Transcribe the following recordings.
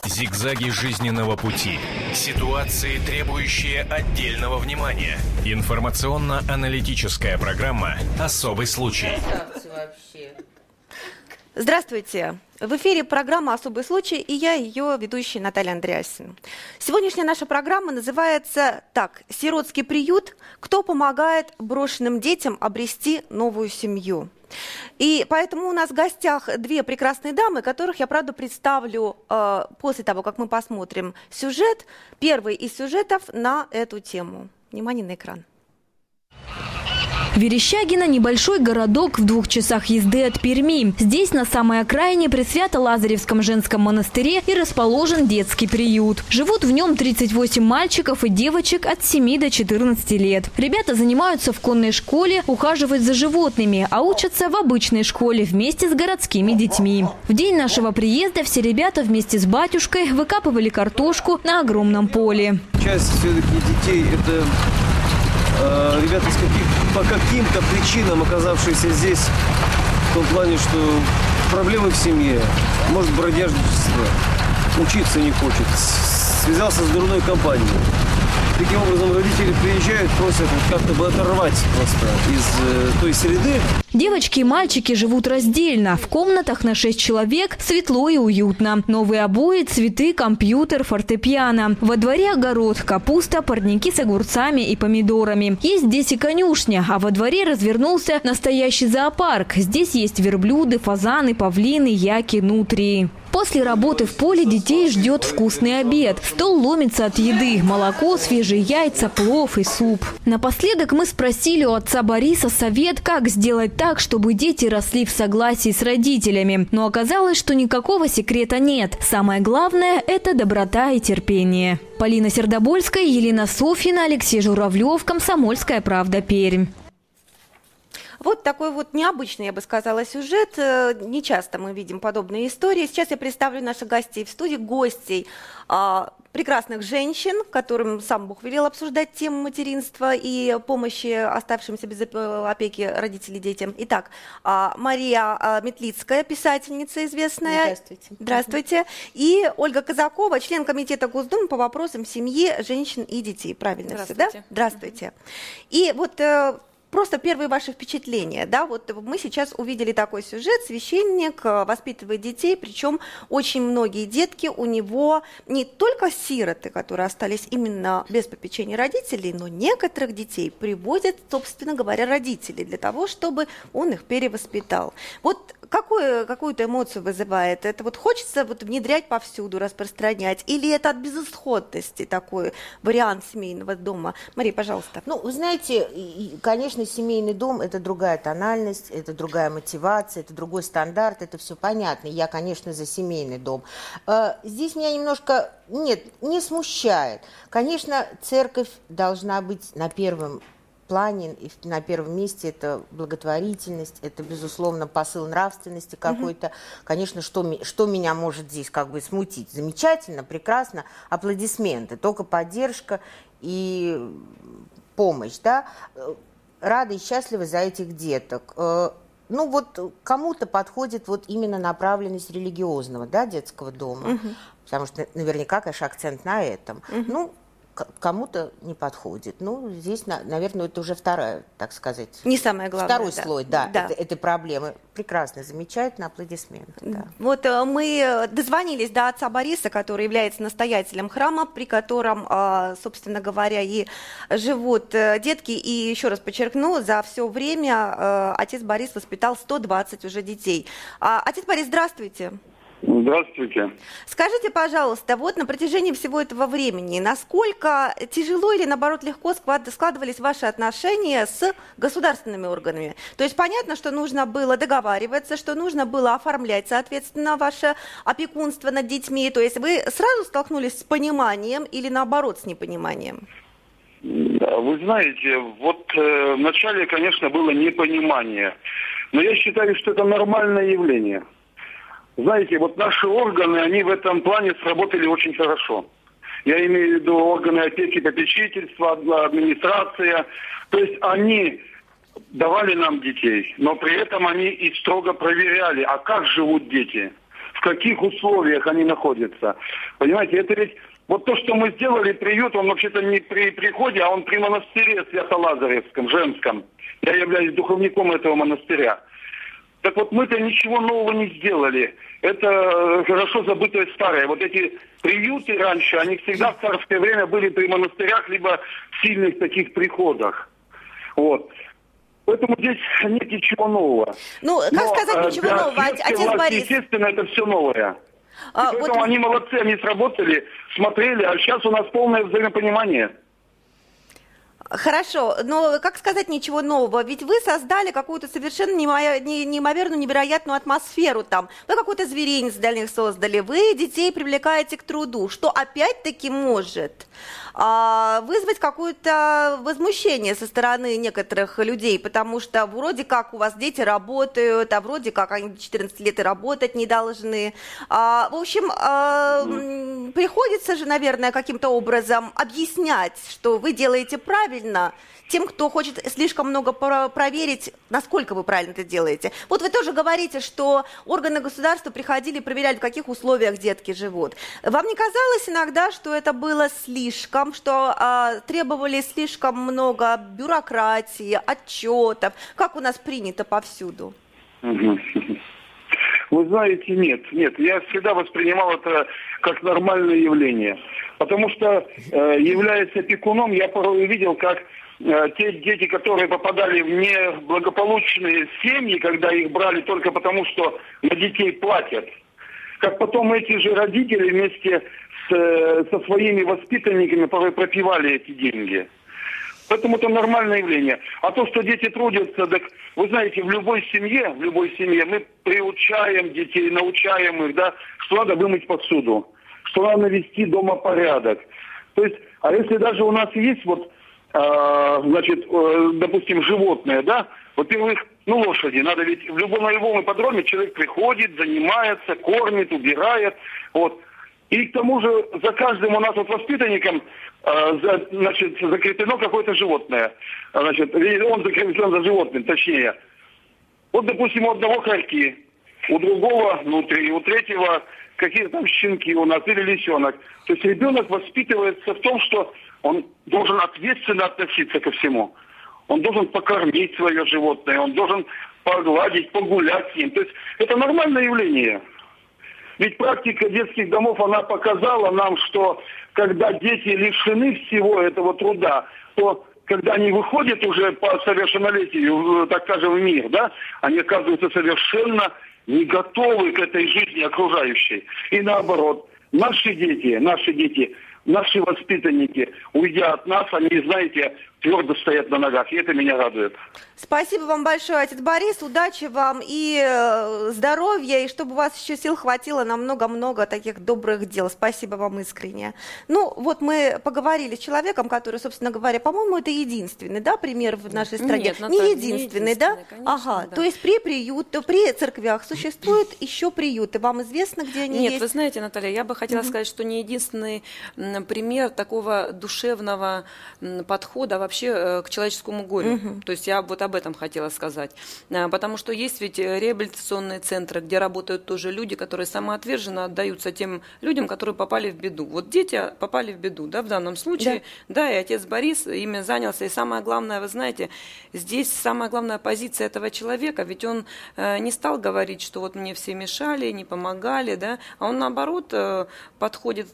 Зигзаги жизненного пути. Ситуации, требующие отдельного внимания. Информационно-аналитическая программа «Особый случай». Здравствуйте. В эфире программа «Особый случай» и я, ее ведущая Наталья Андреасина. Сегодняшняя наша программа называется так: «Сиротский приют. Кто помогает брошенным детям обрести новую семью?». И поэтому у нас в гостях две прекрасные дамы, которых я, правда, представлю после того, как мы посмотрим сюжет, первый из сюжетов на эту тему. Внимание на экран. Верещагино – небольшой городок в 2 часах езды от Перми. Здесь, на самой окраине, при Свято-Лазаревском женском монастыре, и расположен детский приют. Живут в нем 38 мальчиков и девочек от 7 до 14 лет. Ребята занимаются в конной школе, ухаживают за животными, а учатся в обычной школе вместе с городскими детьми. В день нашего приезда все ребята вместе с батюшкой выкапывали картошку на огромном поле. Часть все-таки детей – это ребята по каким-то причинам оказавшиеся здесь, в том плане, что проблемы в семье, может, бродяжничество, учиться не хочет, связался с дурной компанией. Таким образом, родители приезжают, просят как-то бы оторвать просто из той среды. Девочки и мальчики живут раздельно. В комнатах на 6 человек, светло и уютно. Новые обои, цветы, компьютер, фортепиано. Во дворе огород, капуста, парники с огурцами и помидорами. Есть здесь и конюшня, а во дворе развернулся настоящий зоопарк. Здесь есть верблюды, фазаны, павлины, яки, нутрии. После работы в поле детей ждет вкусный обед. Стол ломится от еды. Молоко, свежие яйца, плов и суп. Напоследок мы спросили у отца Бориса совет, как сделать так, чтобы дети росли в согласии с родителями. Но оказалось, что никакого секрета нет. Самое главное – это доброта и терпение. Полина Сердобольская, Елена Софьина, Алексей Журавлев, «Комсомольская правда», Пермь. Вот такой вот необычный, я бы сказала, сюжет. Не часто мы видим подобные истории. Сейчас я представлю наших гостей в студии, гостей прекрасных женщин, которым сам Бог велел обсуждать тему материнства и помощи оставшимся без опеки родителей детям. Итак, Мария Метлицкая, писательница известная. Здравствуйте. Здравствуйте. И Ольга Казакова, член комитета Госдумы по вопросам семьи, женщин и детей. Правильно все, да? Здравствуйте. И вот... Просто первые ваши впечатления, да, вот мы сейчас увидели такой сюжет: священник воспитывает детей, причем очень многие детки у него не только сироты, которые остались именно без попечения родителей, но некоторых детей приводят, собственно говоря, родители для того, чтобы он их перевоспитал. Вот какую-то эмоцию вызывает? Это вот хочется вот внедрять повсюду, распространять, или это от безысходности такой вариант семейного дома? Мария, пожалуйста. Ну, вы знаете, конечно, семейный дом – это другая тональность, это другая мотивация, это другой стандарт, это все понятно. Я, конечно, за семейный дом. Здесь меня немножко, не смущает. Конечно, церковь должна быть на первом плане, и на первом месте это благотворительность, это, безусловно, посыл нравственности какой-то. Конечно, что меня может здесь как бы смутить? Замечательно, прекрасно, аплодисменты, только поддержка и помощь, да? Рада и счастлива за этих деток. Ну вот кому-то подходит вот именно направленность религиозного, да, детского дома, потому что наверняка, конечно, акцент на этом. Ну, кому-то не подходит. Ну, здесь, наверное, это уже вторая, так сказать... Не самое главное. Второй слой, да. Этой проблемы. Прекрасно, замечательно, аплодисменты. Да. Вот мы дозвонились до отца Бориса, который является настоятелем храма, при котором, собственно говоря, и живут детки. И еще раз подчеркну, за все время отец Борис воспитал 120 уже детей. Отец Борис, здравствуйте. Здравствуйте. Скажите, пожалуйста, вот на протяжении всего этого времени, насколько тяжело или, наоборот, легко складывались ваши отношения с государственными органами? То есть понятно, что нужно было договариваться, что нужно было оформлять, соответственно, ваше опекунство над детьми. То есть вы сразу столкнулись с пониманием или, наоборот, с непониманием? Да, вы знаете, вот вначале, конечно, было непонимание. Но я считаю, что это нормальное явление. Знаете, вот наши органы, они в этом плане сработали очень хорошо. Я имею в виду органы опеки, попечительства, администрация. То есть они давали нам детей, но при этом они и строго проверяли, а как живут дети. в каких условиях они находятся. Понимаете, это ведь вот то, что мы сделали, приют, он вообще-то не при приходе, а он при монастыре Свято-Лазаревском, женском. Я являюсь духовником этого монастыря. Так вот, мы-то ничего нового не сделали. Это хорошо забытое старое. Вот эти приюты раньше, они всегда в царское время были при монастырях, либо в сильных таких приходах. Вот. Поэтому здесь нет ничего нового. Ну, как сказать ничего нового, отец Борис? Естественно, это все новое. Поэтому они молодцы, они сработали, смотрели, а сейчас у нас полное взаимопонимание. Хорошо, но как сказать ничего нового? Ведь вы создали какую-то совершенно неимоверную, невероятную атмосферу там. Вы какой-то зверинец для них создали, вы детей привлекаете к труду, что опять-таки может вызвать какое-то возмущение со стороны некоторых людей, потому что вроде как у вас дети работают, а вроде как они до 14 лет и работать не должны. В общем, приходится же, наверное, каким-то образом объяснять, что вы делаете правильно, тем, кто хочет слишком много проверить, насколько вы правильно это делаете. Вот вы тоже говорите, что органы государства приходили и проверяли, в каких условиях детки живут. Вам не казалось иногда, что это было слишком, что требовали слишком много бюрократии, отчетов, как у нас принято повсюду? Вы знаете, нет. Я всегда воспринимал это как нормальное явление. Потому что, являясь опекуном, я порой видел, как те дети, которые попадали в неблагополучные семьи, когда их брали только потому, что на детей платят, как потом эти же родители вместе со своими воспитанниками порой пропивали эти деньги. Поэтому это нормальное явление. А то, что дети трудятся, так вы знаете, в любой семье мы приучаем детей, научаем их, да, что надо вымыть посуду, что надо навести дома порядок. То есть, а если даже у нас есть допустим, животные, да, во-первых, лошади, надо ведь на любом ипподроме человек приходит, занимается, кормит, убирает, вот. И к тому же за каждым у нас воспитанником, закреплено какое-то животное. Он закреплен за животным, точнее. Вот, допустим, у одного хорьки, у другого внутри, у третьего какие-то там щенки у нас или лисенок. То есть ребенок воспитывается в том, что он должен ответственно относиться ко всему. Он должен покормить свое животное, он должен погладить, погулять с ним. То есть это нормальное явление. Ведь практика детских домов, она показала нам, что когда дети лишены всего этого труда, то когда они выходят уже по совершеннолетию, так скажем, в мир, да, они оказываются совершенно не готовы к этой жизни окружающей. И наоборот, наши дети, наши воспитанники, уйдя от нас, они, знаете, твердо стоят на ногах, и это меня радует. Спасибо вам большое, отец Борис, удачи вам и здоровья, и чтобы у вас еще сил хватило на много-много таких добрых дел. Спасибо вам искренне. Ну, вот мы поговорили с человеком, который, собственно говоря, по-моему, это единственный, да, пример в нашей стране? Нет, не единственный, да? Конечно, ага, да. То есть при церквях существуют еще приюты. Вам известно, где они есть? Нет, вы знаете, Наталья, я бы хотела сказать, что не единственный пример такого душевного подхода вообще к человеческому горю. То есть я вот об этом хотела сказать. Потому что есть ведь реабилитационные центры, где работают тоже люди, которые самоотверженно отдаются тем людям, которые попали в беду. Вот дети попали в беду, да, в данном случае, да, и отец Борис ими занялся. И самое главное, вы знаете, здесь самая главная позиция этого человека, ведь он не стал говорить, что вот мне все мешали, не помогали, да, а он наоборот подходит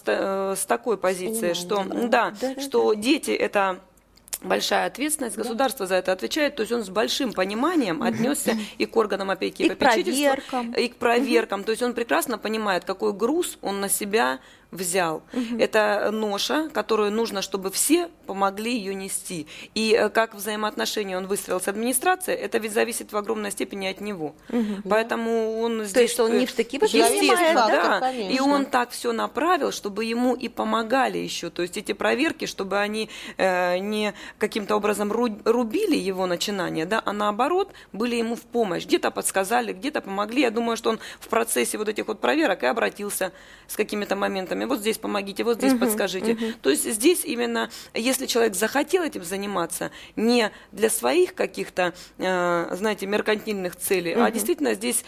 с такой позицией, что, что дети это большая ответственность, государство за это отвечает, то есть он с большим пониманием отнесся и к органам опеки и попечительства, и к проверкам, то есть он прекрасно понимает, какой груз он на себя взял. Это ноша, которую нужно, чтобы все помогли ее нести. И как взаимоотношения он выстроил с администрацией, это ведь зависит в огромной степени от него. Поэтому он здесь... То есть он не в штыки естественно, да. И он так все направил, чтобы ему и помогали еще. То есть эти проверки, чтобы они не каким-то образом рубили его начинание, да, а наоборот были ему в помощь. Где-то подсказали, где-то помогли. Я думаю, что он в процессе вот этих вот проверок и обратился с какими-то моментами взрослыми, вот здесь помогите, вот здесь подскажите. То есть здесь именно, если человек захотел этим заниматься, не для своих каких-то, знаете, меркантильных целей, а действительно здесь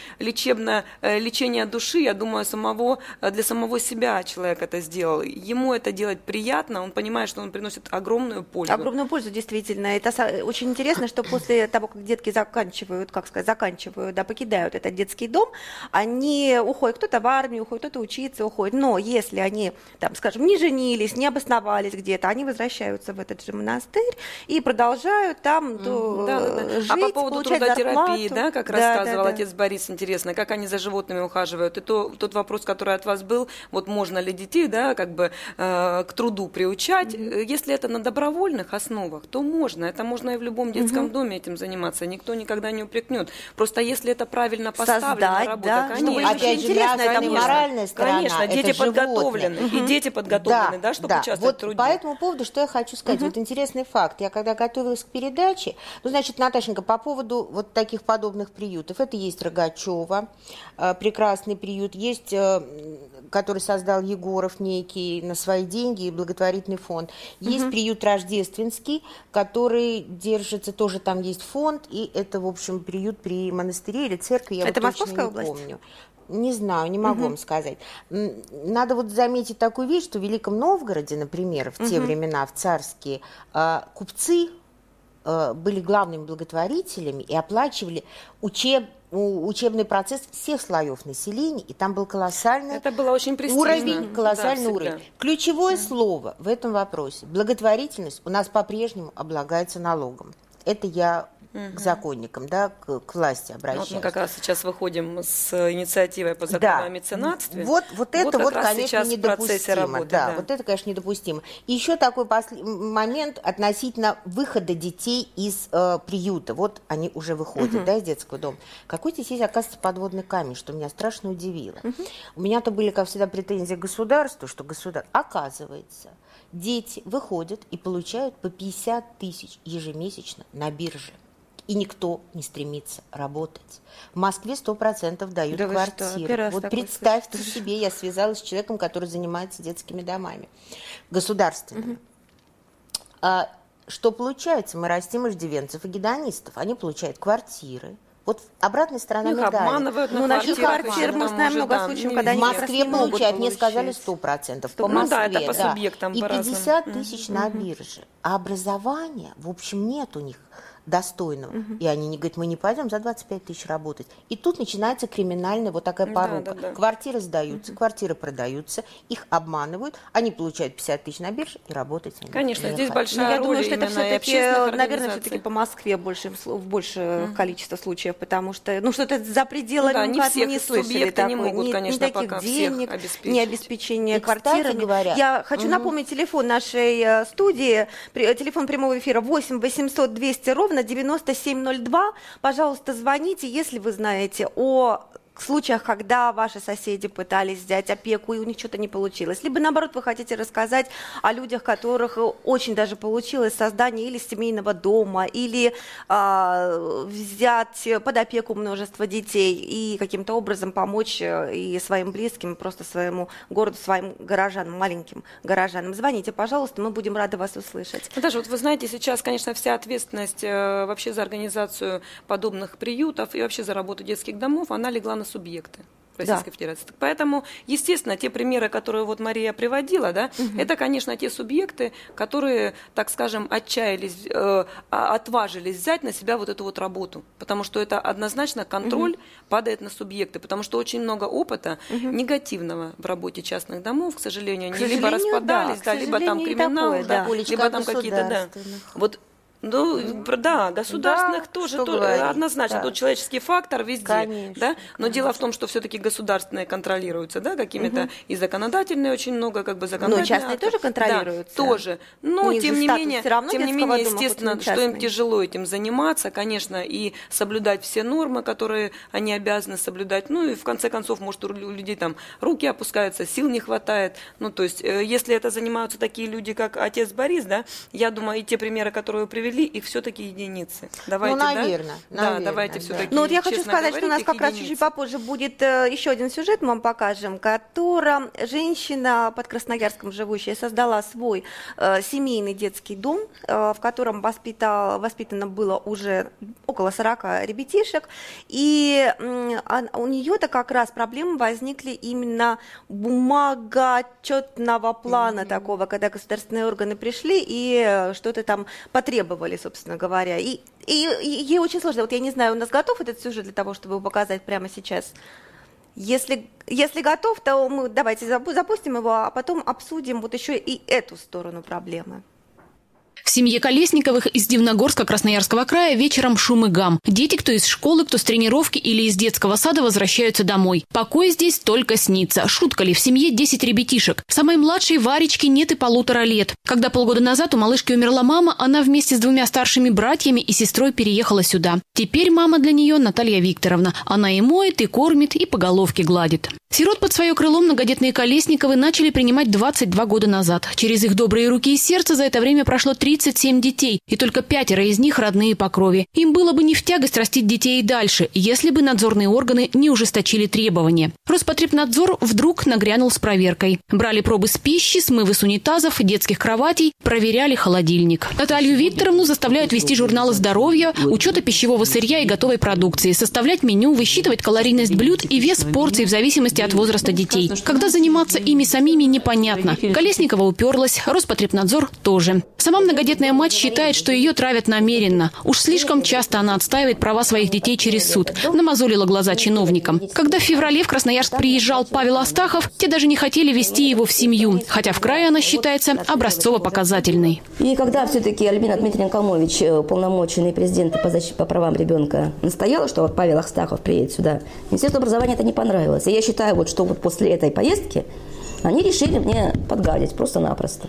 лечение души, я думаю, для самого себя человек это сделал. Ему это делать приятно, он понимает, что он приносит огромную пользу. Огромную пользу, действительно. Это очень интересно, что после того, как детки заканчивают, да, покидают этот детский дом, они уходят, кто-то в армию уходит, кто-то учиться уходит. Но если они, там, скажем, не женились, не обосновались где-то, они возвращаются в этот же монастырь и продолжают там жить, а по поводу трудотерапии, да, как рассказывал отец Борис, интересно, как они за животными ухаживают. И тот вопрос, который от вас был, вот можно ли детей, да, как бы к труду приучать. Если это на добровольных основах, то можно. Это можно и в любом детском доме этим заниматься. Никто никогда не упрекнет. Просто если это правильно поставлена работа, конечно. Опять же, это моральная сторона. Конечно, дети подготовлены. И дети подготовлены, да, чтобы участвовать в труде. По этому поводу, что я хочу сказать. Вот интересный факт. Я когда готовилась к передаче, значит, Наташенька, по поводу вот таких подобных приютов. Это есть Рогачева, прекрасный приют. Есть, который создал Егоров некий на свои деньги, благотворительный фонд. Есть приют Рождественский, который держится, тоже там есть фонд, и это, в общем, приют при монастыре или церкви, я это вот точно не область? помню. Не знаю, не могу вам сказать. Надо вот заметить такую вещь, что в Великом Новгороде, например, в те времена, в царские, купцы были главными благотворителями и оплачивали учебный процесс всех слоев населения, и там был колоссальный уровень, колоссальный уровень. Ключевое слово в этом вопросе – благотворительность у нас по-прежнему облагается налогом. Это я к законникам, да, к власти обращаюсь. Вот мы как раз сейчас выходим с инициативой по закону о меценатстве. Вот это, конечно, недопустимо. Работы, вот это, конечно, недопустимо. И еще такой момент относительно выхода детей из приюта. Вот они уже выходят, да, из детского дома. Какой здесь есть, оказывается, подводный камень, что меня страшно удивило. У меня-то были, как всегда, претензии к государству, что оказывается, дети выходят и получают по 50 тысяч ежемесячно на бирже. И никто не стремится работать. В Москве 100% дают квартиры. Вот представьте себе, я связалась с человеком, который занимается детскими домами государственными. Что получается? Мы растим иждивенцев и гедонистов. Они получают квартиры. Вот обратная сторона медали. Обманывают на квартиры. Мы знаем много случаев, когда они в Москве получают, мне сказали 100%. По Москве, это по субъектам, и 50 тысяч на бирже. А образования, в общем, нет у них достойного. И они не говорят, мы не пойдем за 25 тысяч работать. И тут начинается криминальная вот такая порука. Квартиры сдаются, квартиры продаются, их обманывают, они получают 50 тысяч на бирже и работать они. Конечно, здесь большая роль. Я думаю, что это все-таки, наверное, все-таки по Москве больше количество случаев, потому что, что-то за пределами не всех не слышали такой, не могут, конечно, таких пока денег, ни обеспечения квартирами. Говоря, я хочу напомнить телефон нашей студии, телефон прямого эфира 8 800 200 ровно 9702. Пожалуйста, звоните, если вы знаете о случаях, когда ваши соседи пытались взять опеку, и у них что-то не получилось. Либо, наоборот, вы хотите рассказать о людях, которых очень даже получилось создание или семейного дома, или взять под опеку множество детей и каким-то образом помочь и своим близким, и просто своему городу, своим горожанам, маленьким горожанам. Звоните, пожалуйста, мы будем рады вас услышать. Наташа, вот вы знаете, сейчас, конечно, вся ответственность вообще за организацию подобных приютов и вообще за работу детских домов, она легла на субъекты Российской Федерации. Поэтому, естественно, те примеры, которые вот Мария приводила, да, это, конечно, те субъекты, которые, так скажем, отчаялись, отважились взять на себя вот эту вот работу, потому что это однозначно контроль падает на субъекты, потому что очень много опыта негативного в работе частных домов, к сожалению, они либо распадались, либо там криминал, либо там какие-то, вот. Государственных тоже однозначно, тут человеческий фактор везде, конечно, но дело в том, что все-таки государственные контролируются, какими-то и законодательные очень много, законодательные. Но частные тоже контролируются. Тоже, но тем не менее, естественно, что им тяжело этим заниматься, конечно, и соблюдать все нормы, которые они обязаны соблюдать, и в конце концов, может, у людей там руки опускаются, сил не хватает, то есть, если это занимаются такие люди, как отец Борис, я думаю, и те примеры, которые вы привели, или их все-таки единицы? Давайте, наверное. Да, давайте все-таки. Ну вот я хочу сказать, что у нас как раз чуть попозже будет еще один сюжет, мы вам покажем, в котором женщина под Красноярском живущая создала свой семейный детский дом, в котором воспитано было уже около 40 ребятишек, и у нее-то как раз проблемы возникли именно бумагоотчетного плана такого, когда государственные органы пришли и что-то там потребовали, собственно говоря. И ей очень сложно. Вот я не знаю, у нас готов этот сюжет для того, чтобы его показать прямо сейчас? Если готов, то мы давайте запустим его, а потом обсудим вот еще и эту сторону проблемы. В семье Колесниковых из Дивногорска Красноярского края вечером шум и гам. Дети, кто из школы, кто с тренировки или из детского сада, возвращаются домой. Покой здесь только снится. Шутка ли, в семье 10 ребятишек. Самой младшей Варечке нет и 1,5 лет. Когда полгода назад у малышки умерла мама, она вместе с 2 старшими братьями и сестрой переехала сюда. Теперь мама для нее Наталья Викторовна. Она и моет, и кормит, и по головке гладит. Сирот под свое крыло многодетные Колесниковы начали принимать 22 года назад. Через их добрые руки и сердце за это время прошло 37 детей, и только 5 из них родные по крови. Им было бы не в тягость растить детей и дальше, если бы надзорные органы не ужесточили требования. Роспотребнадзор вдруг нагрянул с проверкой. Брали пробы с пищи, смывы с унитазов, детских кроватей, проверяли холодильник. Наталью Викторовну заставляют вести журналы здоровья, учета пищевого сырья и готовой продукции, составлять меню, высчитывать калорийность блюд и вес порций в зависимости от возраста детей. Когда заниматься ими самими, непонятно. Колесникова уперлась, Роспотребнадзор тоже. Сама многодетная мать считает, что ее травят намеренно. Уж слишком часто она отстаивает права своих детей через суд. Намазолила глаза чиновникам. Когда в феврале в Красноярск приезжал Павел Астахов, те даже не хотели вести его в семью, хотя в крае она считается образцово-показательной. И когда все-таки Альбина Дмитриевна Калмович, полномоченный президент по защите по правам ребенка, настояла, что вот Павел Астахов приедет сюда, Министерству образования это не понравилось. И я считаю, что после этой поездки они решили мне подгадить просто-напросто.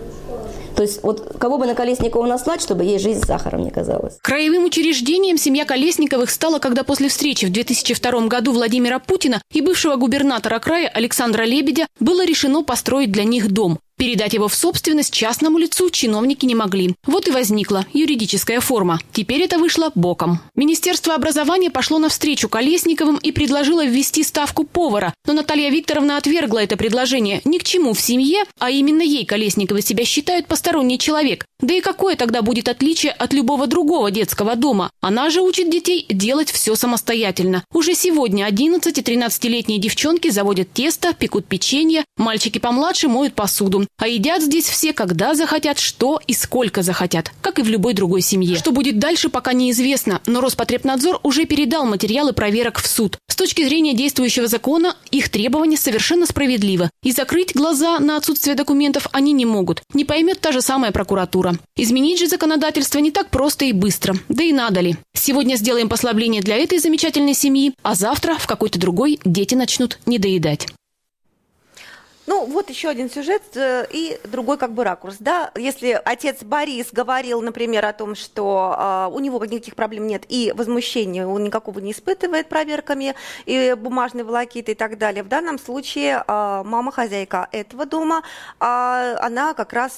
То есть вот кого бы на Колесникова наслать, чтобы ей жизнь сахаром не казалась. Краевым учреждением семья Колесниковых стала, когда после встречи в 2002 году Владимира Путина и бывшего губернатора края Александра Лебедя было решено построить для них дом. Передать его в собственность частному лицу чиновники не могли. Вот и возникла юридическая форма. Теперь это вышло боком. Министерство образования пошло навстречу Колесниковым и предложило ввести ставку повара. Но Наталья Викторовна отвергла это предложение. Ни к чему в семье, а именно ей Колесниковы себя считают посторонний человек. Да и какое тогда будет отличие от любого другого детского дома? Она же учит детей делать все самостоятельно. Уже сегодня 11- и 13-летние девчонки заводят тесто, пекут печенье, мальчики помладше моют посуду. А едят здесь все, когда захотят, что и сколько захотят, как и в любой другой семье. Что будет дальше, пока неизвестно, но Роспотребнадзор уже передал материалы проверок в суд. С точки зрения действующего закона, их требования совершенно справедливы. И закрыть глаза на отсутствие документов они не могут. Не поймет та же самая прокуратура. Изменить же законодательство не так просто и быстро. Да и надо ли. Сегодня сделаем послабление для этой замечательной семьи, а завтра в какой-то другой дети начнут недоедать. Ну, вот еще один сюжет и другой как бы ракурс, да. Если отец Борис говорил, например, о том, что у него никаких проблем нет и возмущения он никакого не испытывает проверками и бумажной волокиты и так далее, в данном случае мама, хозяйка этого дома, она как раз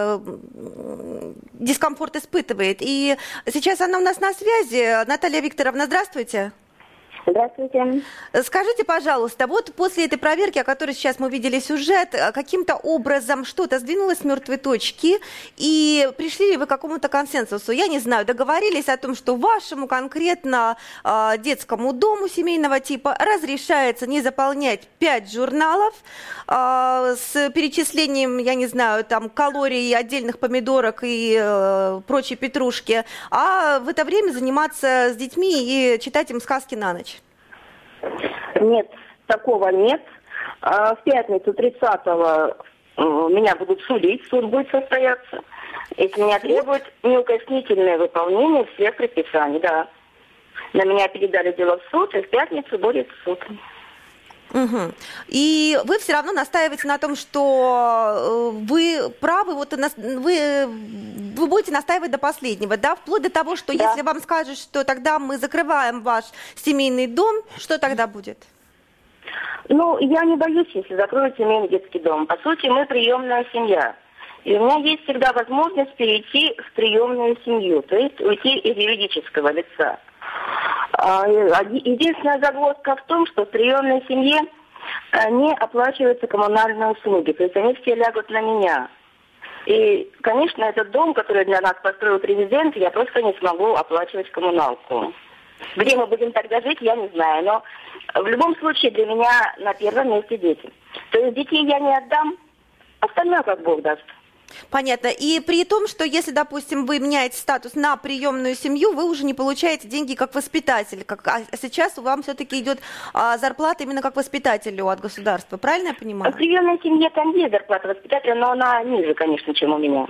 дискомфорт испытывает. И сейчас она у нас на связи. Наталья Викторовна, здравствуйте. Здравствуйте. Скажите, пожалуйста, вот после этой проверки, о которой сейчас мы видели сюжет, каким-то образом что-то сдвинулось с мертвой точки, и пришли ли вы к какому-то консенсусу? Я не знаю, договорились о том, что вашему конкретно детскому дому семейного типа разрешается не заполнять 5 журналов с перечислением, я не знаю, там калорий отдельных помидорок и прочей петрушки, а в это время заниматься с детьми и читать им сказки на ночь? Нет, такого нет. В пятницу 30-го меня будут судить, суд будет состояться. Если меня требуют неукоснительное выполнение всех предписаний, да. На меня передали дело в суд, и в пятницу будет суд. Угу. И вы все равно настаиваете на том, что вы правы, вот вы будете настаивать до последнего, да, вплоть до того, что если вам скажут, что тогда мы закрываем ваш семейный дом, что тогда будет? Ну, я не боюсь, если закроют семейный детский дом. По сути, мы приемная семья. И у меня есть всегда возможность перейти в приемную семью, то есть уйти из юридического лица. Единственная загвоздка в том, что в приемной семье не оплачиваются коммунальные услуги, то есть они все лягут на меня. И, конечно, этот дом, который для нас построил президент, я просто не смогу оплачивать коммуналку. Где мы будем тогда жить, я не знаю, но в любом случае для меня на первом месте дети. То есть детей я не отдам, остальное как Бог даст. Понятно. И при том, что если, допустим, вы меняете статус на приемную семью, вы уже не получаете деньги как воспитатель. А сейчас вам все-таки идет зарплата именно как воспитателю от государства. Правильно я понимаю? В приемной семье там есть зарплата воспитателя, но она ниже, конечно, чем у меня.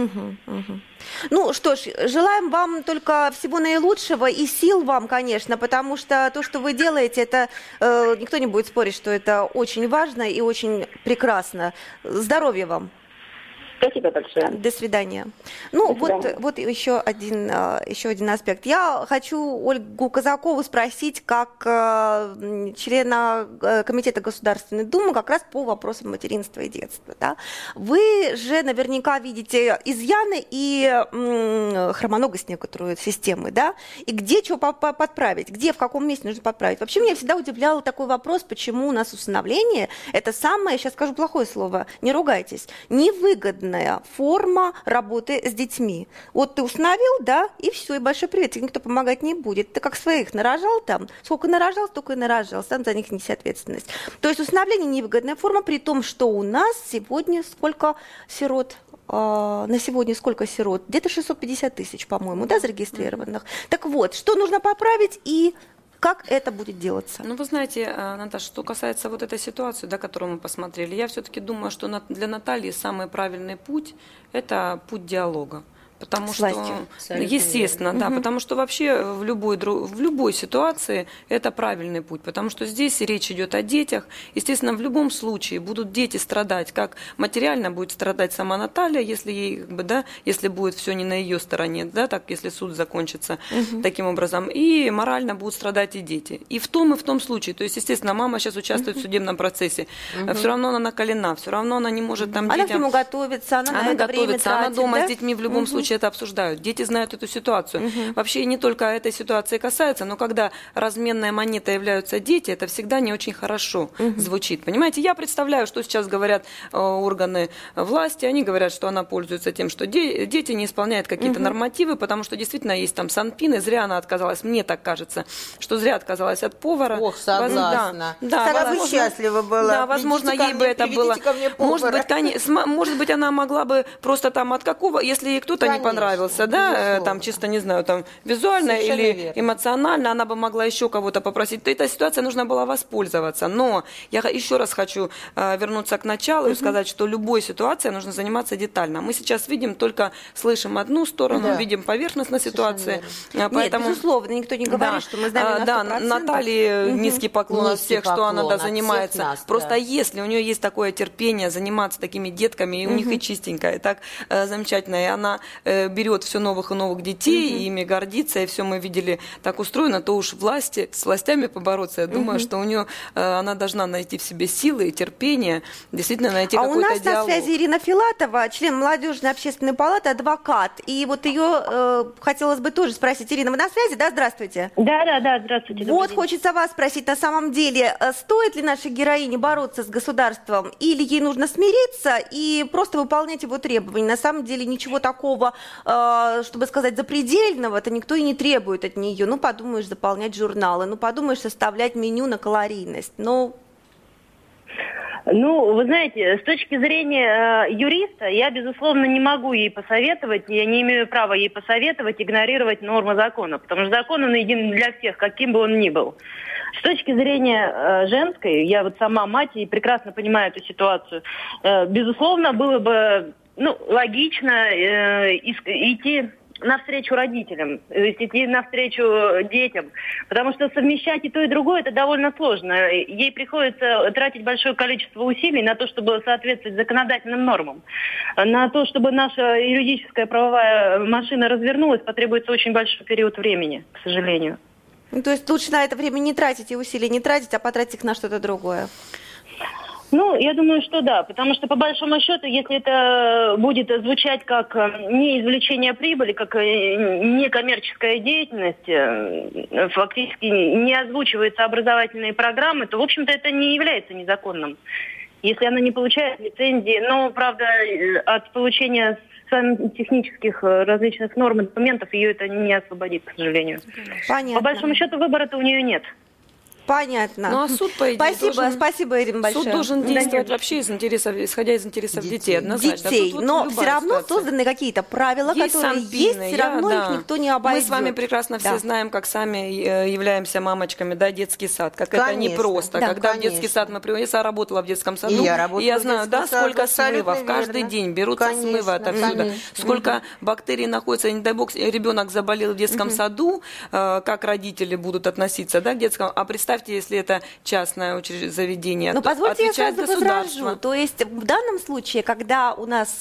Ну что ж, желаем вам только всего наилучшего и сил вам, конечно, потому что то, что вы делаете, это никто не будет спорить, что это очень важно и очень прекрасно. Здоровья вам. Спасибо большое. До свидания. Ну, вот еще один аспект. Я хочу Ольгу Казакову спросить, как члена Комитета Государственной Думы, как раз по вопросам материнства и детства. Да? Вы же наверняка видите изъяны и хромоногость некоторую системы, да? И где что подправить, где, в каком месте нужно подправить. Вообще меня всегда удивлял такой вопрос, почему у нас усыновление – это самое, сейчас скажу плохое слово, не ругайтесь, невыгодно форма работы с детьми. Вот ты усыновил, да, и все, и большой привет, тебе никто помогать не будет. Ты как своих нарожал там, сколько нарожал, столько и нарожал, сам за них неси ответственность. То есть усыновление невыгодная форма, при том, что у нас сегодня сколько сирот, на сегодня сколько сирот? Где-то 650 тысяч, по-моему, да, зарегистрированных. Так вот, что нужно поправить и как это будет делаться? Ну, вы знаете, Наташа, что касается вот этой ситуации, да, которую мы посмотрели, я все-таки думаю, что для Натальи самый правильный путь – это путь диалога. Потому что, естественно, да, потому что вообще в любой ситуации это правильный путь, потому что здесь речь идет о детях. Естественно, в любом случае будут дети страдать, как материально будет страдать сама Наталья, если ей, да, если будет все не на ее стороне, да, так, если суд закончится таким образом, и морально будут страдать и дети. И в том случае, то есть, естественно, мама сейчас участвует в судебном процессе, все равно она наколена, все равно она не может там детям... Она к нему готовится, она готовится, она дома с детьми в любом случае это обсуждают. Дети знают эту ситуацию. Вообще не только этой ситуации касается, но когда разменная монета являются дети, это всегда не очень хорошо звучит. Понимаете, я представляю, что сейчас говорят органы власти. Они говорят, что она пользуется тем, что дети не исполняют какие-то нормативы, потому что действительно есть там санпин, и зря она отказалась. Мне так кажется, что зря отказалась от повара. Ох, согласна. Да, возможно, счастлива была. Да, возможно, ей бы это было. Может быть, она могла бы просто там от какого, если ей кто-то не понравился, да, там чисто, не знаю, там визуально совершенно или верно. Эмоционально, она бы могла еще кого-то попросить. Этой ситуацией нужно было воспользоваться. Но я еще раз хочу вернуться к началу и сказать, что любой ситуацией нужно заниматься детально. Мы сейчас видим, только слышим одну сторону, видим поверхностно ситуации. Поэтому... Нет, безусловно, никто не говорит, что мы знаем на 100%. Да, Наталье низкий поклон от всех, что она занимается. Нас, просто если у нее есть такое терпение заниматься такими детками, и у них и чистенько, и так замечательно, и она берет все новых и новых детей, и ими гордится, и все мы видели так устроено, то уж с властями побороться. Я думаю, что у нее она должна найти в себе силы и терпение, действительно найти какой-то диалог. А у нас на связи Ирина Филатова, член Молодежной общественной палаты, адвокат. И вот ее хотелось бы тоже спросить. Ирина, вы на связи, да? Здравствуйте. Да, здравствуйте. Вот хочется вас спросить, на самом деле, стоит ли нашей героине бороться с государством, или ей нужно смириться и просто выполнять его требования? На самом деле ничего такого, чтобы сказать, запредельного, это никто и не требует от нее. Ну, подумаешь, заполнять журналы, ну, подумаешь, составлять меню на калорийность. Ну, вы знаете, с точки зрения юриста, я, безусловно, не могу ей посоветовать, я не имею права ей посоветовать игнорировать нормы закона, потому что закон, он един для всех, каким бы он ни был. С точки зрения женской, я вот сама мать и прекрасно понимаю эту ситуацию, безусловно, было бы логично идти навстречу родителям, то есть идти навстречу детям, потому что совмещать и то, и другое это довольно сложно. Ей приходится тратить большое количество усилий на то, чтобы соответствовать законодательным нормам. На то, чтобы наша юридическая правовая машина развернулась, потребуется очень большой период времени, к сожалению. То есть лучше на это время не тратить и усилий не тратить, а потратить их на что-то другое. Ну, я думаю, что да, потому что, по большому счету, если это будет звучать как не извлечение прибыли, как некоммерческая деятельность, фактически не озвучиваются образовательные программы, то, в общем-то, это не является незаконным. Если она не получает лицензии, но, правда, от получения технических различных норм и документов ее это не освободит, к сожалению. Понятно. По большому счету, выбора-то у нее нет. Понятно. Ну, а суд, по идее, Спасибо, Ирина, большое. Суд должен действовать вообще исходя из интересов детей, однозначно. Детей, Тут но вот все равно ситуация. созданы какие-то правила, есть которые санпины, есть, все равно их никто не обойдет. Мы с вами прекрасно все знаем, как сами являемся мамочками, да, детский сад, как это непросто. Да, когда в детский сад мы приходим, я работала в детском саду, и я знаю, да, сколько смывов, каждый день берутся смывы отовсюду, сколько бактерий находится, не дай бог, ребенок заболел в детском саду, как родители будут относиться, да, к детскому, а представьте, если это частное заведение. Но позвольте я сразу государство. возражу. То есть в данном случае, когда у нас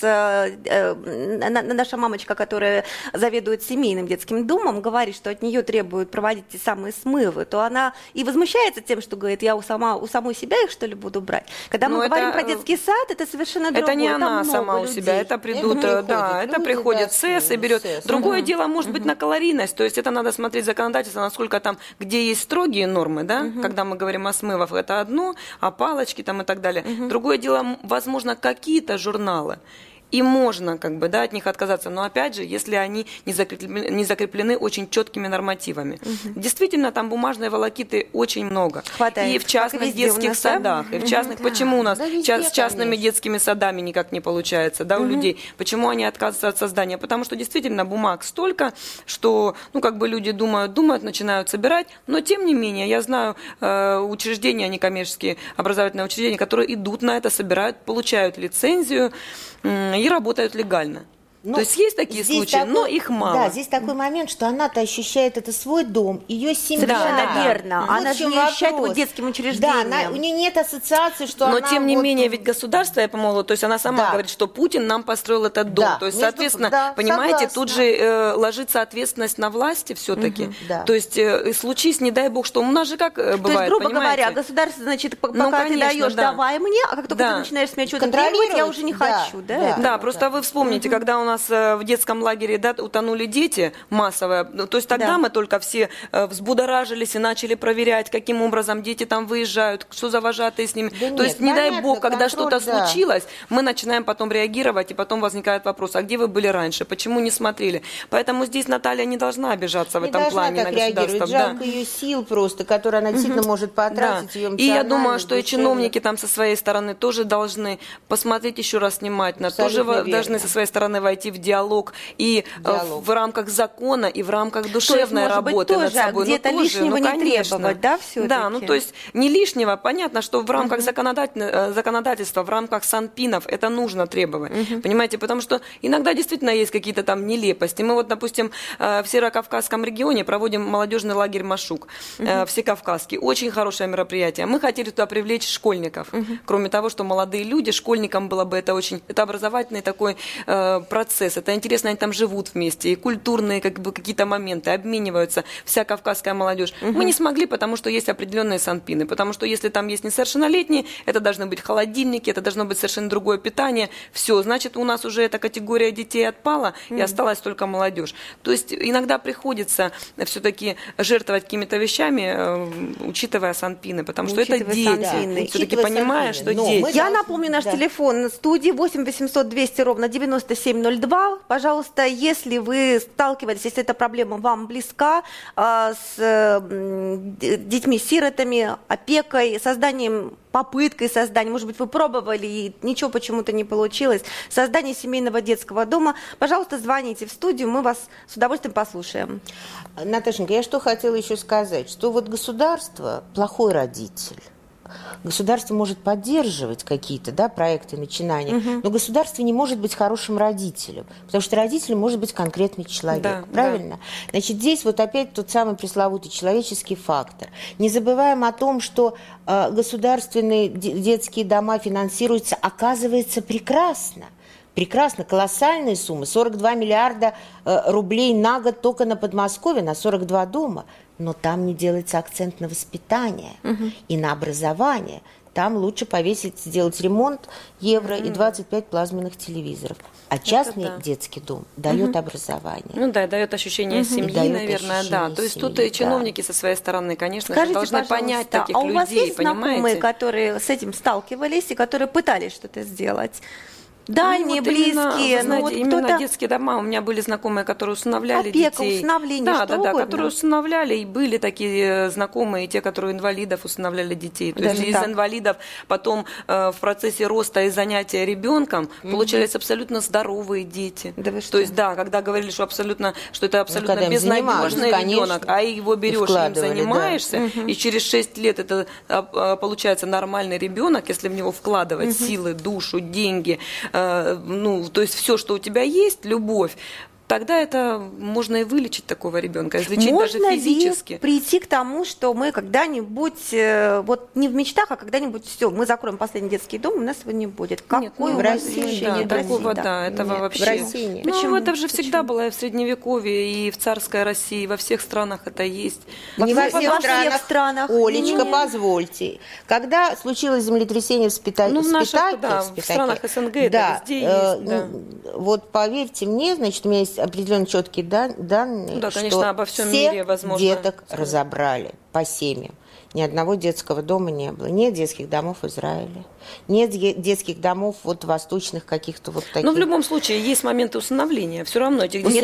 наша мамочка, которая заведует семейным детским домом, говорит, что от нее требуют проводить те самые смывы, то она и возмущается тем, что говорит, я у самой себя их, что ли, буду брать. Когда мы говорим про детский сад, это совершенно другое. Это не она сама у себя, это придут, это приходит СЭС и берет. Другое дело может быть на калорийность, то есть это надо смотреть законодательство, насколько там, где есть строгие нормы, да, когда мы говорим о смывах, это одно, а палочки там и так далее. Другое дело, возможно, какие-то журналы. И можно как бы, да, от них отказаться, но опять же, если они не закреплены очень четкими нормативами. Действительно, там бумажной волокиты очень много. Хватает. И в частных детских садах, и в частных, почему у нас с частными детскими садами никак не получается, да, у людей, почему они отказываются от создания? Потому что действительно бумаг столько, что, ну, как бы люди думают, начинают собирать, но тем не менее, я знаю учреждения, некоммерческие образовательные учреждения, которые идут на это, собирают, получают лицензию и работают легально. Ну, то есть есть такие случаи, но их мало. Да, здесь такой момент, что она-то ощущает это свой дом, ее семья. Совершенно верно. Вот она же не ощущает его детским учреждением. Да, у нее нет ассоциации, что но она... тем не менее, ведь государство, я помогла, то есть она сама говорит, что Путин нам построил этот дом. То есть, соответственно, понимаете, тут же ложится ответственность на власти все-таки. То есть, случись, не дай бог, что у нас же как бывает, то есть, грубо понимаете? говоря, государство, значит, пока ты даешь, давай мне, а как только ты начинаешь с меня что-то требовать, я уже не хочу. Да, просто вы вспомните, когда у нас в детском лагере, да, утонули дети массово, то есть тогда мы только все взбудоражились и начали проверять, каким образом дети там выезжают, что за вожатые с ними. То есть, не дай бог, когда что-то случилось, мы начинаем потом реагировать, и потом возникает вопрос, а где вы были раньше, почему не смотрели? Поэтому здесь Наталья не должна обижаться в этом плане на государство. Жалко ее сил просто, которые она действительно может потратить. Ее и я думаю, что и чиновники там со своей стороны тоже должны посмотреть еще раз внимательно, тоже должны со своей стороны войти в диалог и в рамках закона, и в рамках душевной работы над собой. Где-то лишнего не требовать, да, все-таки? Да, ну то есть не лишнего, понятно, что в рамках законодательства, в рамках санпинов это нужно требовать, понимаете, потому что иногда действительно есть какие-то там нелепости. Мы вот, допустим, в Северокавказском регионе проводим молодежный лагерь «Машук», всекавказский, очень хорошее мероприятие. Мы хотели туда привлечь школьников, кроме того, что молодые люди, школьникам было бы это образовательный такой процесс, это интересно, они там живут вместе, и культурные как бы какие-то моменты обмениваются, вся кавказская молодежь. Мы не смогли, потому что есть определенные санпины, потому что если там есть несовершеннолетние, это должны быть холодильники, это должно быть совершенно другое питание, все, значит, у нас уже эта категория детей отпала, и осталась только молодежь. То есть иногда приходится все-таки жертвовать какими-то вещами, учитывая санпины, потому что это дети, все-таки понимая, что дети. Я напомню, наш телефон студии 8 800 200 ровно 9702. Пожалуйста, если вы сталкивались, если эта проблема вам близка, с детьми-сиротами, опекой, попыткой создания, может быть, вы пробовали и ничего почему-то не получилось, создание семейного детского дома, пожалуйста, звоните в студию, мы вас с удовольствием послушаем. Наташенька, я что хотела еще сказать, что вот государство плохой родитель. Государство может поддерживать какие-то проекты, начинания, но государство не может быть хорошим родителем, потому что родителем может быть конкретный человек, правильно? Да. Значит, здесь вот опять тот самый пресловутый человеческий фактор. Не забываем о том, что государственные детские дома финансируются, оказывается, прекрасно. Прекрасно, колоссальные суммы, 42 миллиарда рублей на год только на Подмосковье, на 42 дома. Но там не делается акцент на воспитание и на образование. там лучше повесить, сделать ремонт евро и 25 плазменных телевизоров. А частный детский дом дает образование. Ну да, дает ощущение семьи, наверное, да. То есть тут и чиновники со своей стороны, конечно, должны понять таких людей, а у вас есть знакомые, понимаете? Которые с этим сталкивались и которые пытались что-то сделать? Дальние, близкие, именно, знаете, именно детские дома. У меня были знакомые, которые усыновляли опека, детей. усыновление, да, что да, угодно. которые усыновляли, и были такие знакомые, те, которые инвалидов усыновляли детей. То есть из инвалидов потом в процессе роста и занятия ребенком получались абсолютно здоровые дети. Да вы что? То есть, да, когда говорили, что это абсолютно безнадежный ребенок, а его берешь, им занимаешься, и через 6 лет это получается нормальный ребенок, если в него вкладывать силы, душу, деньги, то есть все, что у тебя есть, любовь, тогда это можно и вылечить такого ребенка, излечить можно даже физически. Можно прийти к тому, что мы когда-нибудь, вот не в мечтах, а когда-нибудь все, мы закроем последний детский дом, у нас его не будет. Какое в России ощущение? Такого, этого нет, вообще. В России нет. Почему? Это же всегда было и в Средневековье, и в царской России, во всех странах это есть. Не во всех странах. Олечка, позвольте. Когда случилось землетрясение в Спитаке, в странах СНГ это везде есть. Да. Вот поверьте мне, значит, у меня есть определенно четкие данные, конечно, что обо всем всех мире возможно. деток разобрали по семьям. Ни одного детского дома не было. Нет детских домов в Израиле. Нет детских домов вот восточных каких-то вот таких. Но в любом случае есть моменты усыновления. Все равно этих детей...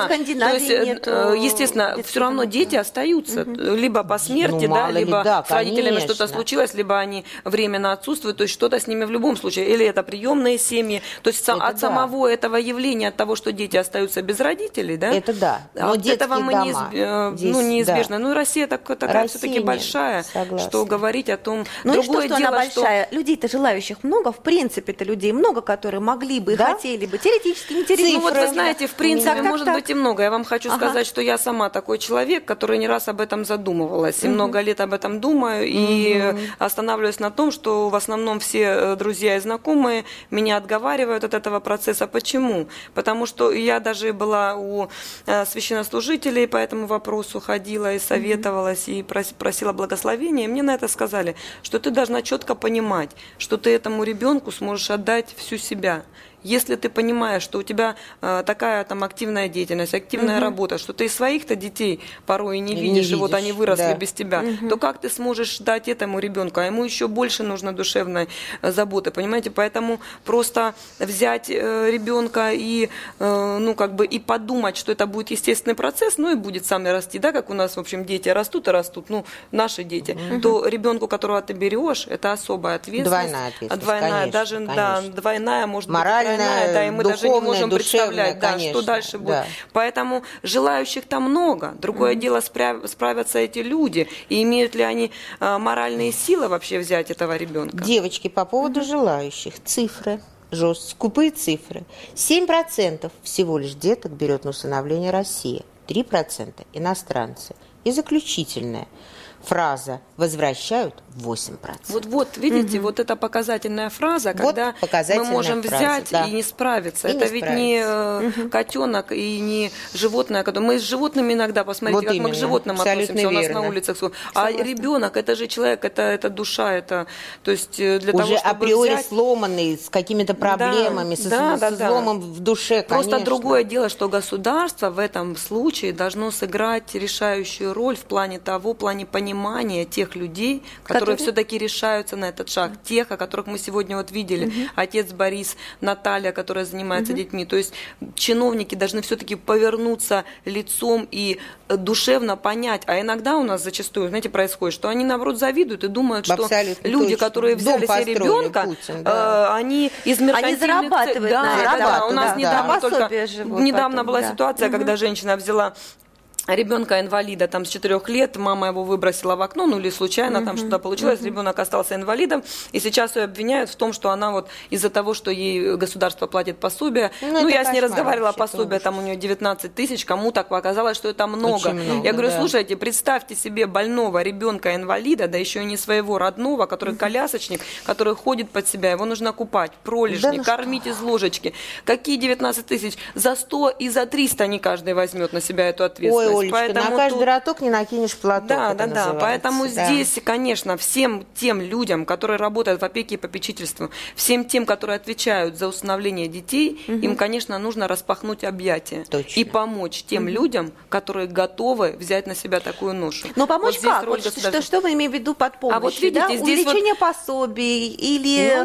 Естественно, все равно дети остаются. Либо по смерти, либо с родителями что-то случилось, либо они временно отсутствуют. То есть что-то с ними в любом случае. Или это приемные семьи. То есть от самого этого явления, от того, что дети остаются без родителей, да? Это да. Но от этого мы неизбежно. Ну, Россия такая все-таки большая. Согласна. Что говорить о том... Ну и что она большая? Людей-то желающих много, в принципе-то людей много, которые могли бы и хотели бы, теоретически, не теоретически. Ну вот вы знаете, в принципе, может быть и много. Я вам хочу сказать, что я сама такой человек, который не раз об этом задумывалась. И много лет об этом думаю, и останавливаюсь на том, что в основном все друзья и знакомые меня отговаривают от этого процесса. Почему? Потому что я даже была у священнослужителей по этому вопросу, ходила и советовалась, и просила благословения. Мне на это сказали, что ты должна четко понимать, что ты этому ребенку сможешь отдать всю себя. Если ты понимаешь, что у тебя такая там активная деятельность, активная работа, что ты и своих-то детей порой и не видишь, и вот они выросли без тебя, то как ты сможешь дать этому ребенку? А ему еще больше нужно душевной заботы, понимаете? Поэтому просто взять ребенка и, и подумать, что это будет естественный процесс, и будет сами расти, да, как у нас, в общем, дети растут и растут, наши дети, то ребенку, которого ты берешь, это особая ответственность. Двойная ответственность, двойная, конечно, даже, конечно. Да, двойная, может быть, да, и мы даже не можем представлять, конечно, что дальше будет. Да. Поэтому желающих там много. Другое дело, справятся эти люди, и имеют ли они моральные силы вообще взять этого ребенка. Девочки, по поводу желающих, цифры. Скупые цифры. 7% всего лишь деток берет на усыновление Россия, 3% иностранцы. И заключительное. Фраза «возвращают» 8%. Вот видите, вот это показательная фраза, когда мы можем взять и не справиться. Это ведь не котенок и не животное. Мы с животными иногда, посмотрите, как мы к животным относимся у нас на улицах. А ребенок, это же человек, это душа, это, то есть для того, чтобы уже априори взять... сломанный, с какими-то проблемами, со зломом в душе, Просто конечно. другое дело, что государство в этом случае должно сыграть решающую роль в плане понимания тех людей, которые все-таки решаются на этот шаг, тех, о которых мы сегодня вот видели, отец Борис, Наталья, которая занимается детьми. То есть чиновники должны все-таки повернуться лицом и душевно понять. А иногда у нас зачастую, знаете, происходит, что они, наоборот, завидуют и думают, что абсолютно люди, точно. которые взяли себе ребенка, они из меркантильных... Они зарабатывают на это. У нас недавно была ситуация, когда женщина взяла ребенка-инвалида там с 4 лет, мама его выбросила в окно, или случайно там что-то получилось, ребенок остался инвалидом, и сейчас ее обвиняют в том, что она вот из-за того, что ей государство платит пособие, я с ней разговаривала, пособие, там у нее 19 тысяч, кому так показалось, что это много. Я говорю, слушайте, представьте себе больного ребенка-инвалида, да еще и не своего родного, который колясочник, который ходит под себя, его нужно купать, пролежни, кормить из ложечки. Какие 19 тысяч? За 100 и за 300 не каждый возьмет на себя эту ответственность. Олечка, поэтому на каждый тут... роток не накинешь платок. Да. Поэтому здесь, конечно, всем тем людям, которые работают в опеке и попечительстве, всем тем, которые отвечают за усыновление детей, им, конечно, нужно распахнуть объятия и помочь тем людям, которые готовы взять на себя такую ношу. Но помочь вот как? Вот что вы имеете в виду под помощью? А вот видите, да? здесь увеличение пособий или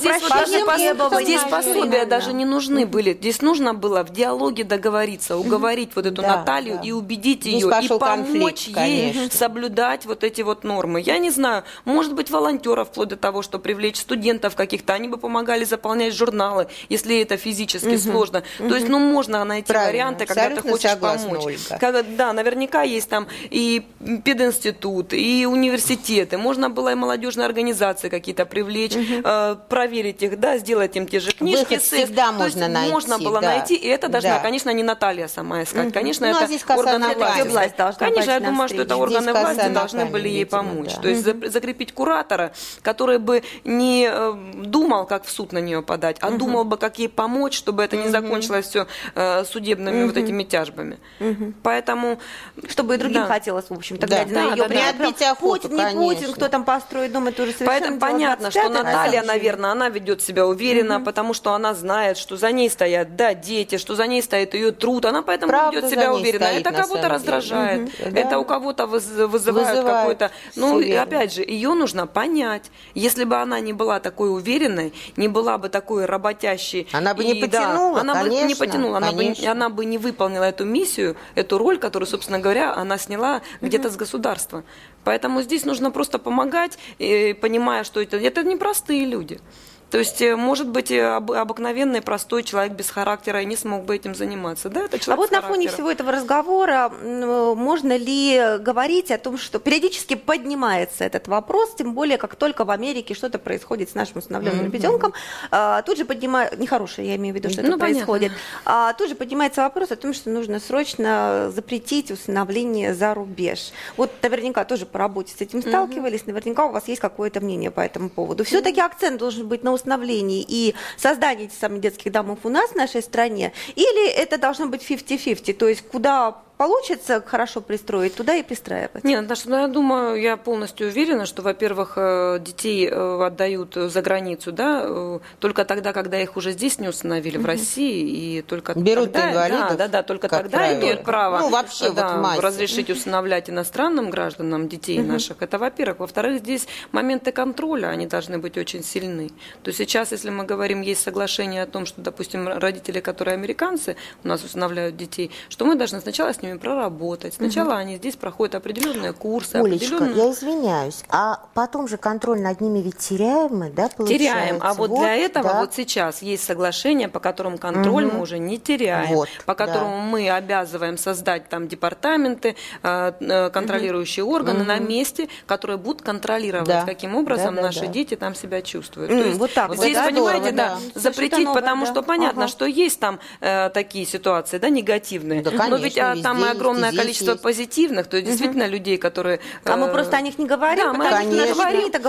здесь пособия даже не нужны были. Здесь нужно было в диалоге договориться, уговорить вот эту Наталью и убедить ее, и помочь ей соблюдать вот эти вот нормы. Я не знаю, может быть, волонтеров, вплоть до того, что привлечь студентов каких-то, они бы помогали заполнять журналы, если это физически сложно. То есть, можно найти варианты, когда ты хочешь помочь. Да, наверняка есть там и пединститут, и университеты. Можно было и молодежные организации какие-то привлечь, проверить их, да, сделать им те же книжки. Всегда можно найти. Можно было найти, и это должна, конечно, не Наталья сама искать. Конечно, это органы власти. Конечно, я думаю, что это органы власти должны были ей помочь. То есть закрепить куратора, который бы не думал, как в суд на нее подать, а думал бы, как ей помочь, чтобы это не закончилось все судебными вот этими тяжбами. Поэтому... Чтобы и другим хотелось, в общем-то, глядя на ее пример. Путин, не Путин, кто там построит дом, это уже совершенно... Поэтому понятно, что Наталья, наверное, она ведет себя уверенно, потому что она знает, что за ней стоят, дети, что за ней стоит ее труд, она поэтому ведет себя уверенно. Это кого-то раздражает, это у кого-то вызывает какой-то... и опять же, ее нужно понять. Если бы она не была такой уверенной, не была бы такой работящей... Она бы не потянула, она бы не потянула, она бы не выполнила эту миссию, эту роль, которую, собственно говоря, она сняла где-то с государства. Поэтому здесь нужно просто помогать, понимая, что это непростые люди. То есть, может быть, обыкновенный, простой человек без характера и не смог бы этим заниматься. Да, это человек а вот на фоне всего этого разговора можно ли говорить о том, что периодически поднимается этот вопрос, тем более, как только в Америке что-то происходит с нашим усыновленным ребенком, тут же поднимается, нехорошее, я имею в виду, что это происходит, тут же поднимается вопрос о том, что нужно срочно запретить усыновление за рубеж. Вот наверняка тоже по работе с этим сталкивались, наверняка у вас есть какое-то мнение по этому поводу. Все-таки акцент должен быть на усыновлении и создании этих самых детских домов у нас в нашей стране, или это должно быть 50-50, то есть куда получится хорошо пристроить, туда и пристраивать? Нет, я думаю, я полностью уверена, что, во-первых, детей отдают за границу, только тогда, когда их уже здесь не усыновили, в России, и только берут тогда, инвалидов, только тогда имеют право вообще разрешить усыновлять иностранным гражданам детей наших. Это, во-первых. Во-вторых, здесь моменты контроля, они должны быть очень сильны. То есть сейчас, если мы говорим, есть соглашение о том, что, допустим, родители, которые американцы, у нас усыновляют детей, что мы должны сначала с ними проработать. Сначала они здесь проходят определенные курсы. Олечка, я извиняюсь, а потом же контроль над ними ведь теряем мы, да, получается? Теряем, а вот для этого вот сейчас есть соглашение, по которому контроль мы уже не теряем, по которому мы обязываем создать там департаменты, контролирующие органы на месте, которые будут контролировать, каким образом наши дети там себя чувствуют. То есть вот так вот здесь, понимаете, запретить, потому что понятно, что есть там такие ситуации, негативные, но ведь там и огромное количество позитивных, то есть действительно людей, которые... А мы просто о них не говорим, потому что говорим, это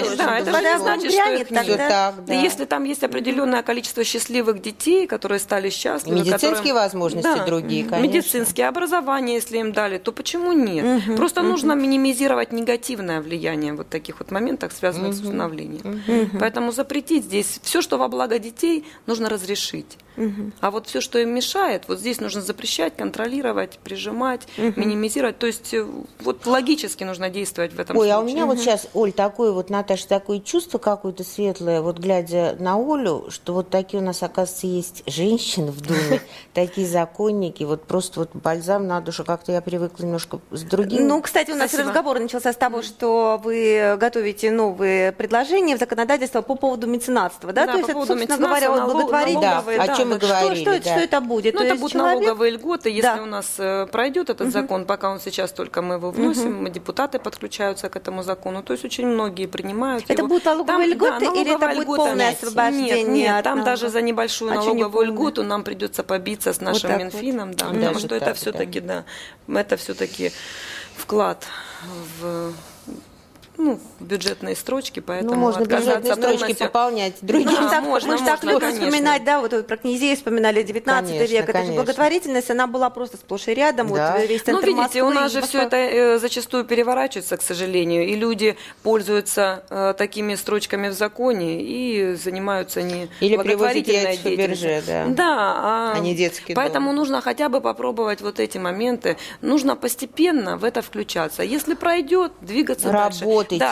же не значит, что их нет. Если там есть определенное количество счастливых детей, которые стали счастливы... Медицинские возможности другие, конечно. Медицинские, образование, если им дали, то почему нет? Просто нужно минимизировать негативное влияние вот таких вот моментах, связанных с усыновлением. Поэтому запретить здесь все, что во благо детей, нужно разрешить. А вот все, что им мешает, вот здесь нужно запрещать, контролировать, прижимать, минимизировать. То есть вот логически нужно действовать в этом случае. А у меня вот сейчас, Оль, такое вот, Наташа, такое чувство какое-то светлое, вот глядя на Олю, что вот такие у нас, оказывается, есть женщины в Думе, такие законники, вот просто вот бальзам на душу. Как-то я привыкла немножко с другим. Ну, кстати, у нас разговор начался с того, что вы готовите новые предложения в законодательство по поводу меценатства, да? Да, то есть по это, поводу собственно говоря, благотворительность. О чем мы говорили. Что это будет? Ну, это будут налоговые льготы, если у нас пройдет этот закон, пока он сейчас только мы его вносим, депутаты подключаются к этому закону, то есть очень многие принимают это его. будут налоговые льготы или это будет полное освобождение? Нет, там даже за небольшую налоговую льготу нам придется побиться с нашим Минфином, потому что это все-таки, это все-таки вклад в в бюджетные строчки, поэтому можно бюджетные строчки пополнять другим. Мы же так любим вспоминать, да, вот про князей вспоминали 19 век, это же благотворительность, она была просто сплошь и рядом, Да. вот весь центр Москвы. Видите, у нас же все это зачастую переворачивается, к сожалению, и люди пользуются такими строчками в законе и занимаются не или благотворительной деятельностью. Да, а не детский дом. Поэтому нужно хотя бы попробовать вот эти моменты, нужно постепенно в это включаться. Если пройдет, двигаться дальше. Да,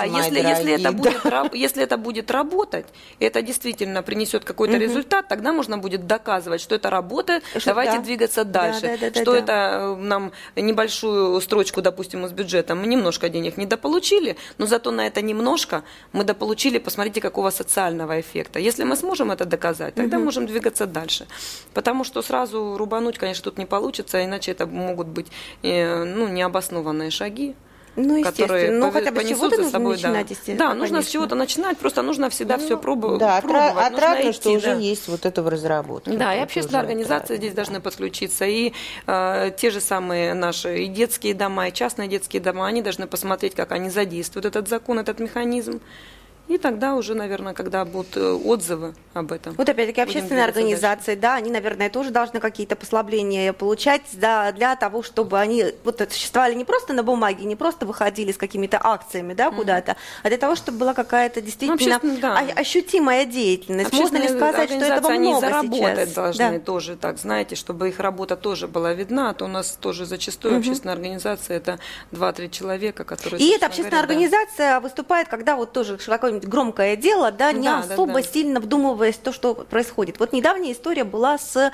если это будет работать, это действительно принесет какой-то результат, тогда можно будет доказывать, что это работает, давайте двигаться дальше. Это нам небольшую строчку, допустим, из бюджета, мы немножко денег недополучили, но зато на это немножко мы дополучили, посмотрите, какого социального эффекта. Если мы сможем это доказать, тогда можем двигаться дальше. Потому что сразу рубануть, конечно, тут не получится, иначе это могут быть необоснованные шаги. Которые хотя бы понесут за собой, нужно с чего-то начинать, просто нужно всегда все пробовать. Да, отрадно, что уже есть вот это в разработке. Да, и общественные организации здесь должны подключиться, и те же самые наши и детские дома, и частные детские дома, они должны посмотреть, как они задействуют этот закон, этот механизм. И тогда уже, наверное, когда будут отзывы об этом. Вот опять-таки общественные организации, да, они, наверное, тоже должны какие-то послабления получать, да, для того, чтобы они существовали не просто на бумаге, не просто выходили с какими-то акциями, да, куда-то, а для того, чтобы была какая-то действительно ощутимая деятельность. Можно ли сказать, что этого много сейчас? Они заработать должны тоже, так, знаете, чтобы их работа тоже была видна, а то у нас тоже зачастую общественная организация это 2-3 человека, которые... И эта общественная организация выступает, когда вот тоже какое-нибудь громкое дело, да, не особо сильно вдумываясь в то, что происходит. Вот недавняя история была с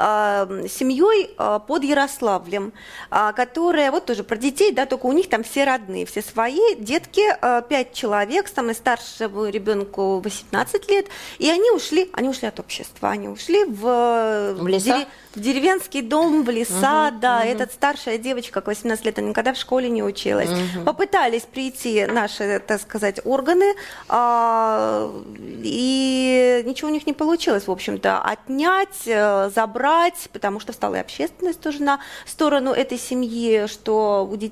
семьей под Ярославлем, которая, вот тоже про детей, да, только у них там все родные, все свои, детки, 5 человек, самый старшему ребенку 18 лет, и они ушли от общества, они ушли в деревенский дом, в леса, эта старшая девочка, к 18 лет, она никогда в школе не училась. Попытались прийти наши, так сказать, органы, и ничего у них не получилось, в общем-то, отнять, забрать, потому что встала и общественность тоже на сторону этой семьи, что у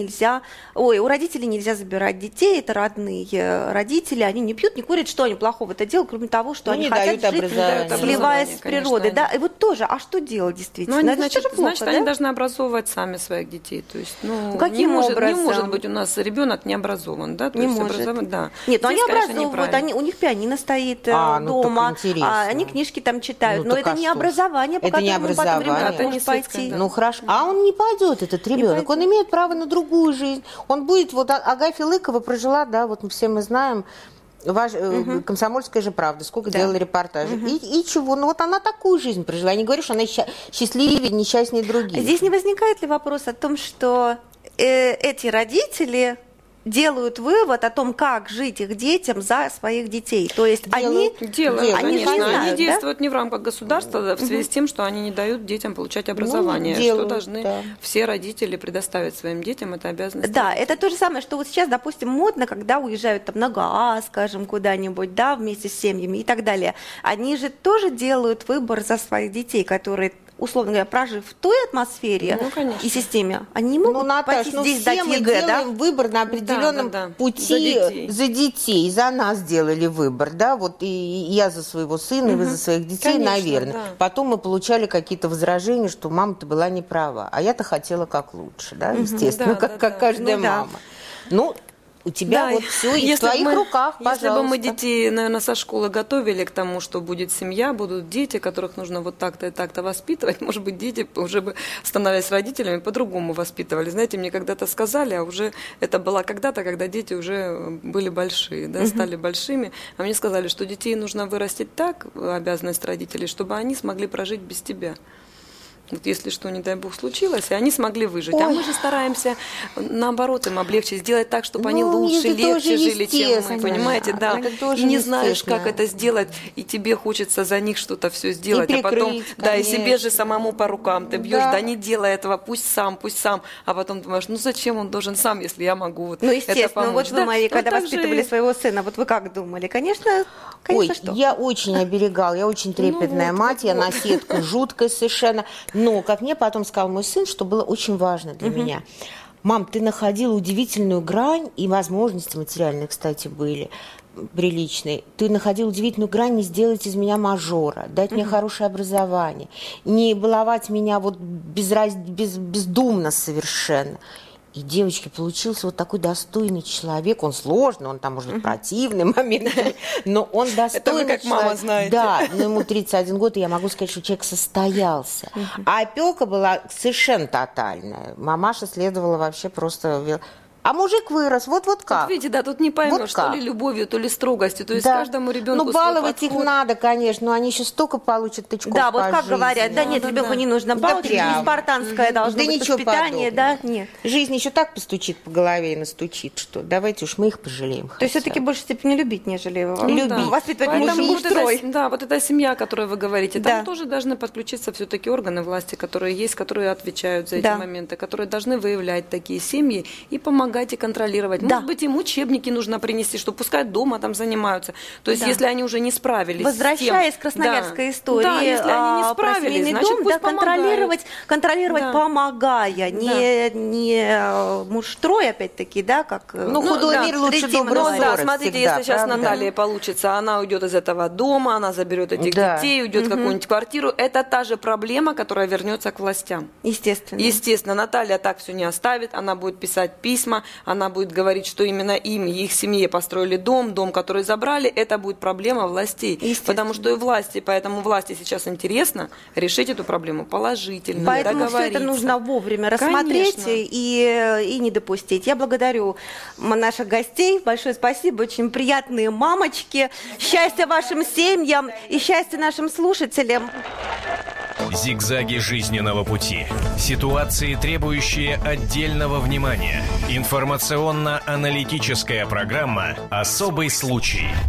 родителей нельзя забирать детей, это родные родители, они не пьют, не курят, что они плохого-то делают, кроме того, что они хотят жить, сливаясь с природой. Да, и вот тоже, а что делать действительно? Значит, они должны образовывать сами своих детей, то есть, каким образом? Не может быть у нас ребенок не образован, да? Не может. Нет, но они образовывают, у них пианино стоит дома, они книжки там читают, но это не образование, по которому потом ребенок может пойти. Ну хорошо, а он не пойдет, этот ребенок, он имеет право на другую жизнь, он будет, вот Агафья Лыкова прожила, да, вот все мы знаем, «Комсомольская же правда», сколько делала репортажей. И чего? Ну вот она такую жизнь прожила. Я не говорю, что она счастливее, несчастнее других. Здесь не возникает ли вопрос о том, что эти родители делают вывод о том, как жить их детям за своих детей. То есть они действуют не в рамках государства в связи с тем, что они не дают детям получать образование, что должны все родители предоставить своим детям, это обязанность. Да, это то же самое, что вот сейчас, допустим, модно, когда уезжают там на ГАА, скажем, куда-нибудь, да, вместе с семьями и так далее. Они же тоже делают выбор за своих детей, которые, условно говоря, прожив в той атмосфере и системе, они не могут пойти здесь сдать ЕГЭ, мы делаем выбор на определенном пути за детей. За нас сделали выбор, да, вот и я за своего сына, и вы за своих детей, наверное. Да. Потом мы получали какие-то возражения, что мама-то была не права, а я-то хотела как лучше, да, естественно, как каждая мама. Ну, у тебя вот все в твоих руках, пожалуйста. Если бы мы детей, наверное, со школы готовили к тому, что будет семья, будут дети, которых нужно вот так-то и так-то воспитывать, может быть, дети уже бы, становясь родителями, по-другому воспитывали. Знаете, мне когда-то сказали, а уже это было когда-то, когда дети уже были большие, да, стали большими, а мне сказали, что детей нужно вырастить так, обязанность родителей, чтобы они смогли прожить без тебя. Вот если что, не дай бог, случилось, и они смогли выжить. А мы же стараемся, наоборот, им облегчить, сделать так, чтобы они лучше, легче жили, чем мы, понимаете, да. И не знаешь, как это сделать, и тебе хочется за них что-то все сделать, а потом, да, и себе же самому по рукам ты бьешь, да не делай этого, пусть сам, а потом думаешь, ну зачем он должен сам, если я могу вот это помочь. Ну, естественно, вот вы, Мария, когда воспитывали своего сына, вот вы как думали? Конечно, что? Я очень оберегала, я очень трепетная мать, я наседка жуткая совершенно. Но, как мне потом сказал мой сын, что было очень важно для меня, Мам, ты находила удивительную грань, и возможности материальные, кстати, были приличные. Ты находила удивительную грань не сделать из меня мажора, дать мне хорошее образование, не баловать меня вот бездумно совершенно. И, девочки, получился вот такой достойный человек. Он сложный, он там, может быть, противный моментами, но он достойный Это вы как человек. мама знаете. Да, но ему 31 год, и я могу сказать, что человек состоялся. А опека была совершенно тотальная. Мамаша следовала вообще просто... А мужик вырос, вот как. Вот видите, да, тут не поймешь, вот то ли любовью, то ли строгостью. То есть да. каждому ребенку Ну, баловать свой их надо, конечно, но они еще столько получат тычков. Да, вот как жизни. говорят, да нет, ребенку не нужно баловать, не спартанское должно быть воспитание, да, нет. Жизнь еще так постучит по голове и настучит, что давайте уж мы их пожалеем. То есть все-таки в большей степени любить, нежели любить. Да. Воспитывать мужчин строй. Да, вот эта семья, о которой вы говорите, там тоже должны подключиться все-таки органы власти, которые есть, которые отвечают за эти моменты, которые должны выявлять такие семьи и помогать и контролировать. Может быть, им учебники нужно принести, что пускай дома там занимаются. То есть, если они уже не справились Возвращаясь к красноярской истории, если они не справились, значит, дом, пусть контролировать, помогая, не муж-строй, опять-таки, да, как... худой мир лучше доброго ссоры. Да, смотрите, если сейчас Наталья получится, она уйдет из этого дома, она заберет этих детей, уйдет в какую-нибудь квартиру, это та же проблема, которая вернется к властям. Естественно, Наталья так все не оставит, она будет писать письма, она будет говорить, что именно им, их семье построили дом, который забрали, это будет проблема властей. Потому что и власти, поэтому власти сейчас интересно решить эту проблему положительно, поэтому все это нужно вовремя рассмотреть и не допустить. Я благодарю наших гостей. Большое спасибо. Очень приятные мамочки. Счастья вашим семьям и счастья нашим слушателям. Зигзаги жизненного пути. Ситуации, требующие отдельного внимания. Информационно-аналитическая программа «Особый случай».